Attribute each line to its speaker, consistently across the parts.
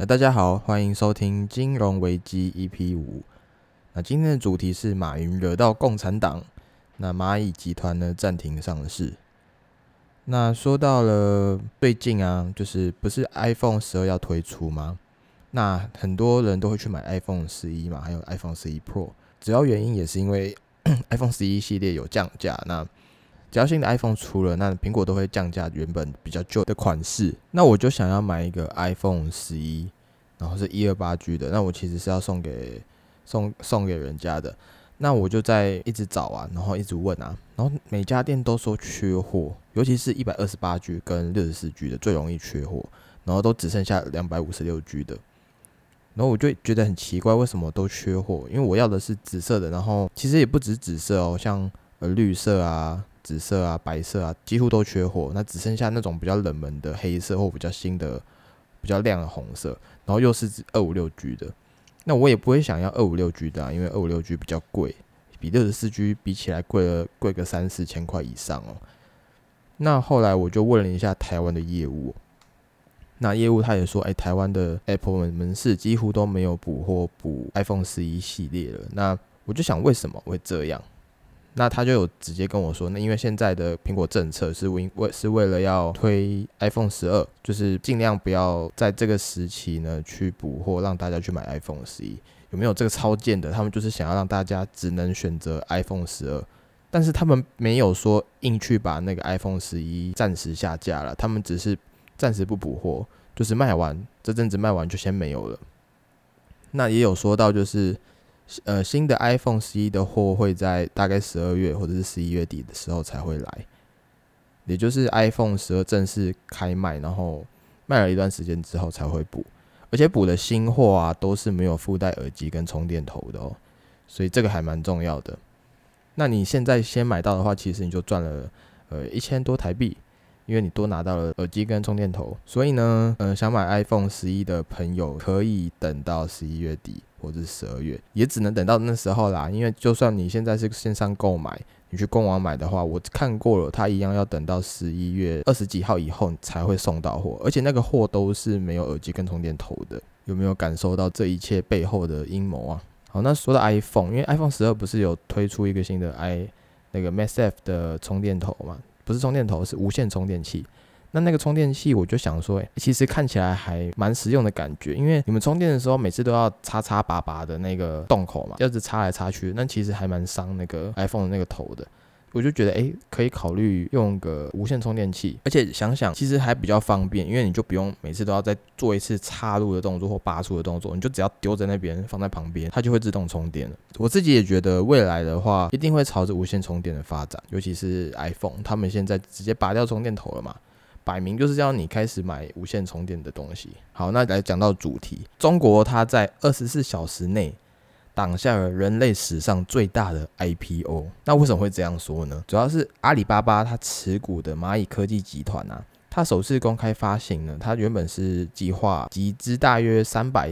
Speaker 1: 大家好，欢迎收听金融危机 EP5。那今天的主题是马云惹到共产党，那蚂蚁集团呢暂停上市。那说到了最近啊，就是不是 iPhone 12要推出吗？那很多人都会去买 iPhone 11嘛，还有 iPhone 11 Pro。主要原因也是因为iPhone 11系列有降价，那只要新的 iPhone 出了，那苹果都会降价原本比较旧的款式。那我就想要买一个 iPhone 11，然后是128G 的。那我其实是要送给人家的。那我就在一直找啊，然后一直问啊，然后每家店都说缺货，尤其是128G 跟64G 的最容易缺货，然后都只剩下256G 的。然后我就觉得很奇怪，为什么都缺货？因为我要的是紫色的，然后其实也不止紫色哦，像绿色啊、紫色啊、白色啊，几乎都缺货。那只剩下那种比较冷门的黑色或比较新的、比较亮的红色，然后又是256G 的。那我也不会想要256G 的啊，因为256G 比较贵，比64G 比起来贵个3-4千块以上哦。那后来我就问了一下台湾的业务，那业务他也说，台湾的 Apple 门市几乎都没有补 iPhone 11系列了。那我就想为什么会这样？那他就有直接跟我说，那因为现在的苹果政策是为了要推 iPhone 12，就是尽量不要在这个时期呢去补货，让大家去买 iPhone 11。有没有这个超贱的？他们就是想要让大家只能选择 iPhone 12，但是他们没有说硬去把那个 iPhone 11暂时下架了，他们只是暂时不补货，就是卖完这阵子卖完就先没有了。那也有说到就是新的 iPhone 11的货会在大概12月或者是11月底的时候才会来，也就是 iPhone 12正式开卖，然后卖了一段时间之后才会补，而且补的新货啊都是没有附带耳机跟充电头的哦，所以这个还蛮重要的。那你现在先买到的话，其实你就赚了1000多台币，因为你多拿到了耳机跟充电头。所以呢，想买 iPhone 11的朋友可以等到11月底或者是12月，也只能等到那时候啦。因为就算你现在是线上购买，你去官网买的话，我看过了，它一样要等到11月20几号以后才会送到货，而且那个货都是没有耳机跟充电头的。有没有感受到这一切背后的阴谋啊？好，那说到 iPhone， 因为 iPhone 12不是有推出一个新的那个 MagSafe 的充电头嘛？不是充电头，是无线充电器。那个充电器，我就想说，其实看起来还蛮实用的感觉，因为你们充电的时候，每次都要插拔拔的那个洞口嘛，要是插来插去，那其实还蛮伤那个 iPhone 的那个头的。我就觉得，可以考虑用个无线充电器，而且想想其实还比较方便，因为你就不用每次都要再做一次插入的动作或拔出的动作，你就只要丢在那边，放在旁边，它就会自动充电了。我自己也觉得未来的话，一定会朝着无线充电的发展，尤其是 iPhone， 他们现在直接拔掉充电头了嘛。摆明就是要你开始买无线充电的东西。好，那来讲到主题，中国它在24小时内挡下了人类史上最大的 IPO。 那为什么会这样说呢？主要是阿里巴巴它持股的蚂蚁科技集团啊，它首次公开发行呢，它原本是计划集资大约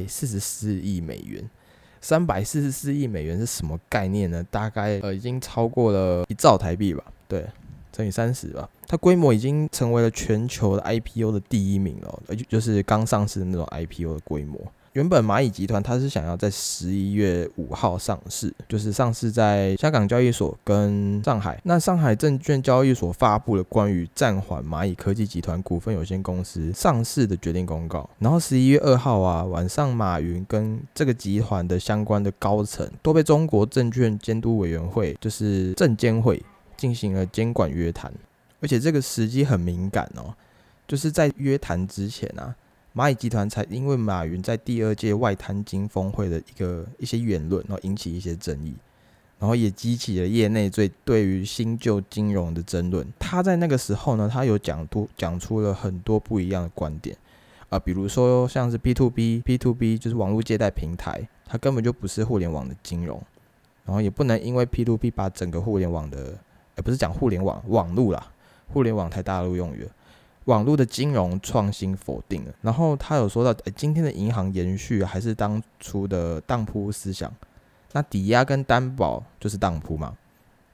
Speaker 1: 344亿美元。344亿美元是什么概念呢？大概已经超过了1兆台币吧，对，乘以30吧，它规模已经成为了全球的 IPO 的第1名了，就是刚上市的那种 IPO 的规模。原本蚂蚁集团它是想要在11月5号上市，就是上市在香港交易所跟上海。那上海证券交易所发布了关于暂缓蚂蚁科技集团股份有限公司上市的决定公告。然后11月2号啊晚上，马云跟这个集团的相关的高层都被中国证券监督委员会，就是证监会进行了监管约谈。而且这个时机很敏感哦，就是在约谈之前啊，蚂蚁集团才因为马云在第2届外滩金峰会的一些言论，然后引起一些争议，然后也激起了业内对于新旧金融的争论。他在那个时候呢，他有讲出了很多不一样的观点比如说像是 P2B 就是网络借贷平台，它根本就不是互联网的金融，然后也不能因为 P2P 把整个互联网的不是讲互联网网路啦，互联网太大陆用语了，网络的金融创新否定了。然后他有说到，今天的银行延续还是当初的当铺思想，那抵押跟担保就是当铺嘛。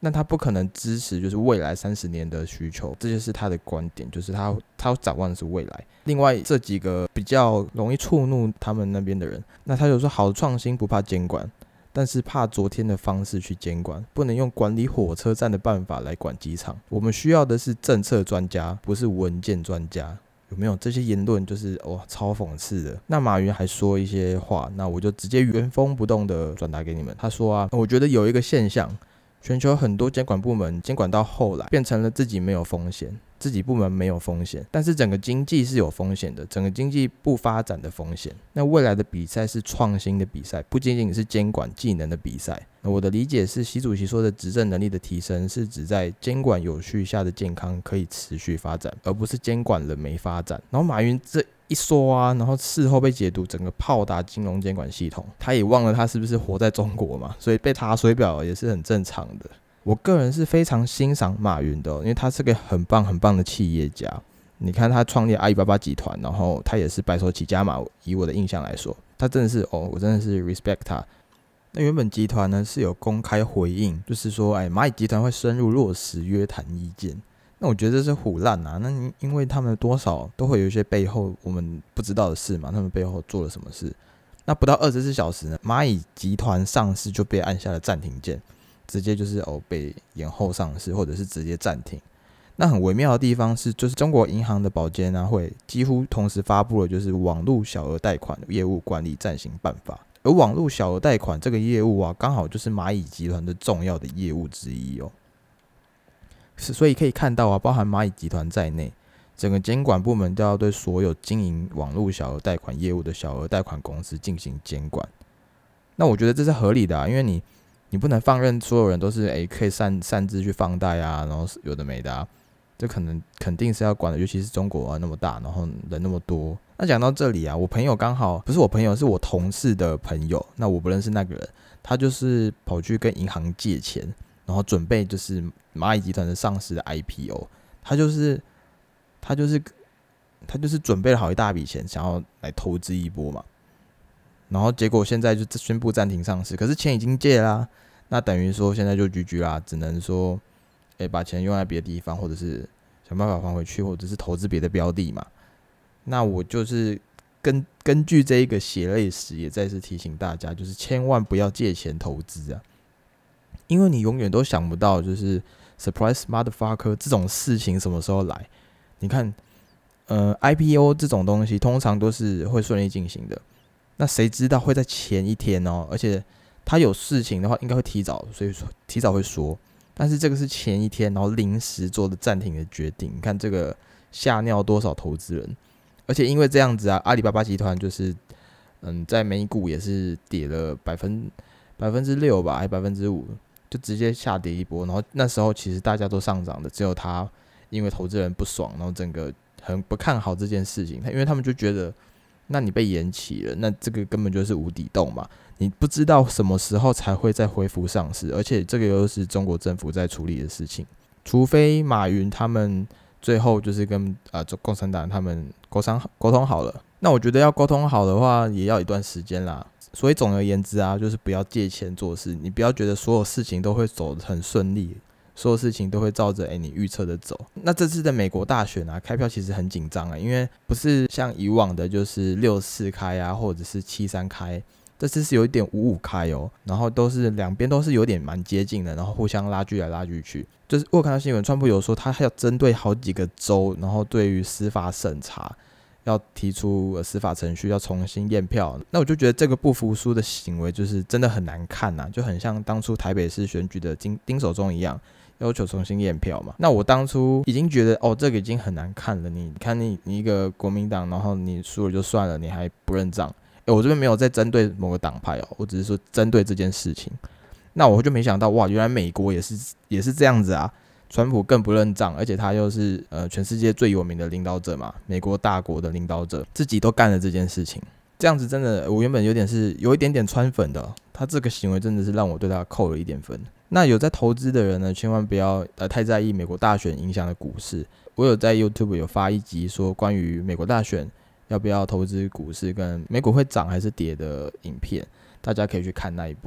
Speaker 1: 那他不可能支持就是未来30年的需求，这就是他的观点，就是他展望的是未来。另外这几个比较容易触怒他们那边的人，那他就说好创新不怕监管，但是怕昨天的方式去监管，不能用管理火车站的办法来管机场。我们需要的是政策专家，不是文件专家。有没有这些言论就是超讽刺的。那马云还说一些话，那我就直接原封不动的转达给你们。他说啊，我觉得有一个现象，全球很多监管部门监管到后来变成了自己没有风险，自己部门没有风险，但是整个经济是有风险的，整个经济不发展的风险。那未来的比赛是创新的比赛，不仅仅是监管技能的比赛。那我的理解是，习主席说的执政能力的提升，是指在监管有序下的健康可以持续发展，而不是监管了没发展。然后马云这一说啊，然后事后被解读整个炮打金融监管系统，他也忘了他是不是活在中国嘛，所以被查水表也是很正常的。我个人是非常欣赏马云的因为他是个很棒很棒的企业家。你看他创立阿里巴巴集团，然后他也是白手起家嘛，以我的印象来说，他真的是我真的是 respect 他。那原本集团呢是有公开回应，就是说蚂蚁集团会深入落实约谈意见。那我觉得这是唬烂啊，那因为他们多少都会有一些背后我们不知道的事嘛，他们背后做了什么事。那不到24小时呢，蚂蚁集团上市就被按下了暂停键，直接就是被延后上市，或者是直接暂停。那很微妙的地方是，就是中国银行的保监会几乎同时发布了就是网络小额贷款业务管理暂行办法。而网络小额贷款这个业务啊，刚好就是蚂蚁集团的重要的业务之一所以可以看到啊，包含蚂蚁集团在内，整个监管部门都要对所有经营网络小额贷款业务的小额贷款公司进行监管。那我觉得这是合理的因为你不能放任所有人都是可以擅自去放贷啊，然后有的没的这肯定是要管的，尤其是中国那么大，然后人那么多。那讲到这里啊，我朋友刚好不是我朋友，是我同事的朋友。那我不认识那个人，他就是跑去跟银行借钱，然后准备就是蚂蚁集团的上市的 IPO。他就是准备了好一大笔钱，想要来投资一波嘛。然后结果现在就宣布暂停上市，可是钱已经借啦，那等于说现在就 GG 啦，只能说把钱用在别的地方，或者是想办法还回去，或者是投资别的标的嘛。那我就是根据这一个血泪史，也再次提醒大家，就是千万不要借钱投资啊，因为你永远都想不到，就是 surprise motherfucker 这种事情什么时候来。你看IPO 这种东西通常都是会顺利进行的，那谁知道会在前一天而且他有事情的话应该会提早，所以说提早会说。但是这个是前一天，然后临时做的暂停的决定，你看这个吓尿多少投资人。而且因为这样子啊，阿里巴巴集团就是在美股也是跌了6%吧，还5%，就直接下跌一波。然后那时候其实大家都上涨的，只有他因为投资人不爽，然后整个很不看好这件事情，因为他们就觉得，那你被延期了，那这个根本就是无底洞嘛，你不知道什么时候才会再恢复上市，而且这个又是中国政府在处理的事情，除非马云他们最后就是跟共产党他们沟通好了。那我觉得要沟通好的话，也要一段时间啦。所以总而言之啊，就是不要借钱做事，你不要觉得所有事情都会走得很顺利，所有事情都会照着你预测的走。那这次的美国大选啊，开票其实很紧张因为不是像以往的就是6-4开啊，或者是7-3开，这次是有一点5-5开然后都是两边都是有点蛮接近的，然后互相拉锯来拉锯去。就是我有看到新闻，川普有说他要针对好几个州，然后对于司法审查要提出司法程序，要重新验票。那我就觉得这个不服输的行为就是真的很难看就很像当初台北市选举的丁守中一样，要求重新验票嘛。那我当初已经觉得这个已经很难看了，你看你一个国民党，然后你输了就算了，你还不认账。我这边没有在针对某个党派我只是说针对这件事情。那我就没想到哇，原来美国也是这样子啊，川普更不认账，而且他又是全世界最有名的领导者嘛，美国大国的领导者，自己都干了这件事情，这样子真的我原本有一点点川粉的他这个行为真的是让我对他扣了1点分。那有在投资的人呢，千万不要太在意美国大选影响的股市。我有在 YouTube 有发一集说关于美国大选要不要投资股市跟美股会涨还是跌的影片，大家可以去看那一部。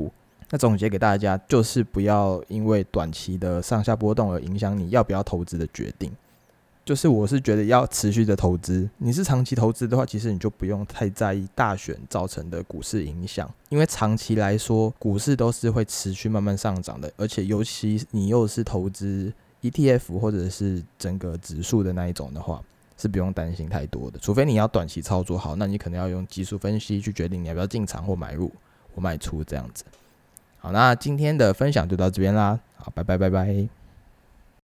Speaker 1: 那总结给大家就是不要因为短期的上下波动而影响你要不要投资的决定。就是我是觉得要持续的投资，你是长期投资的话，其实你就不用太在意大选造成的股市影响，因为长期来说股市都是会持续慢慢上涨的，而且尤其你又是投资 ETF 或者是整个指数的那一种的话，是不用担心太多的，除非你要短期操作好，那你可能要用技术分析去决定你要不要进场或买入或卖出这样子。好，那今天的分享就到这边啦，好，拜拜。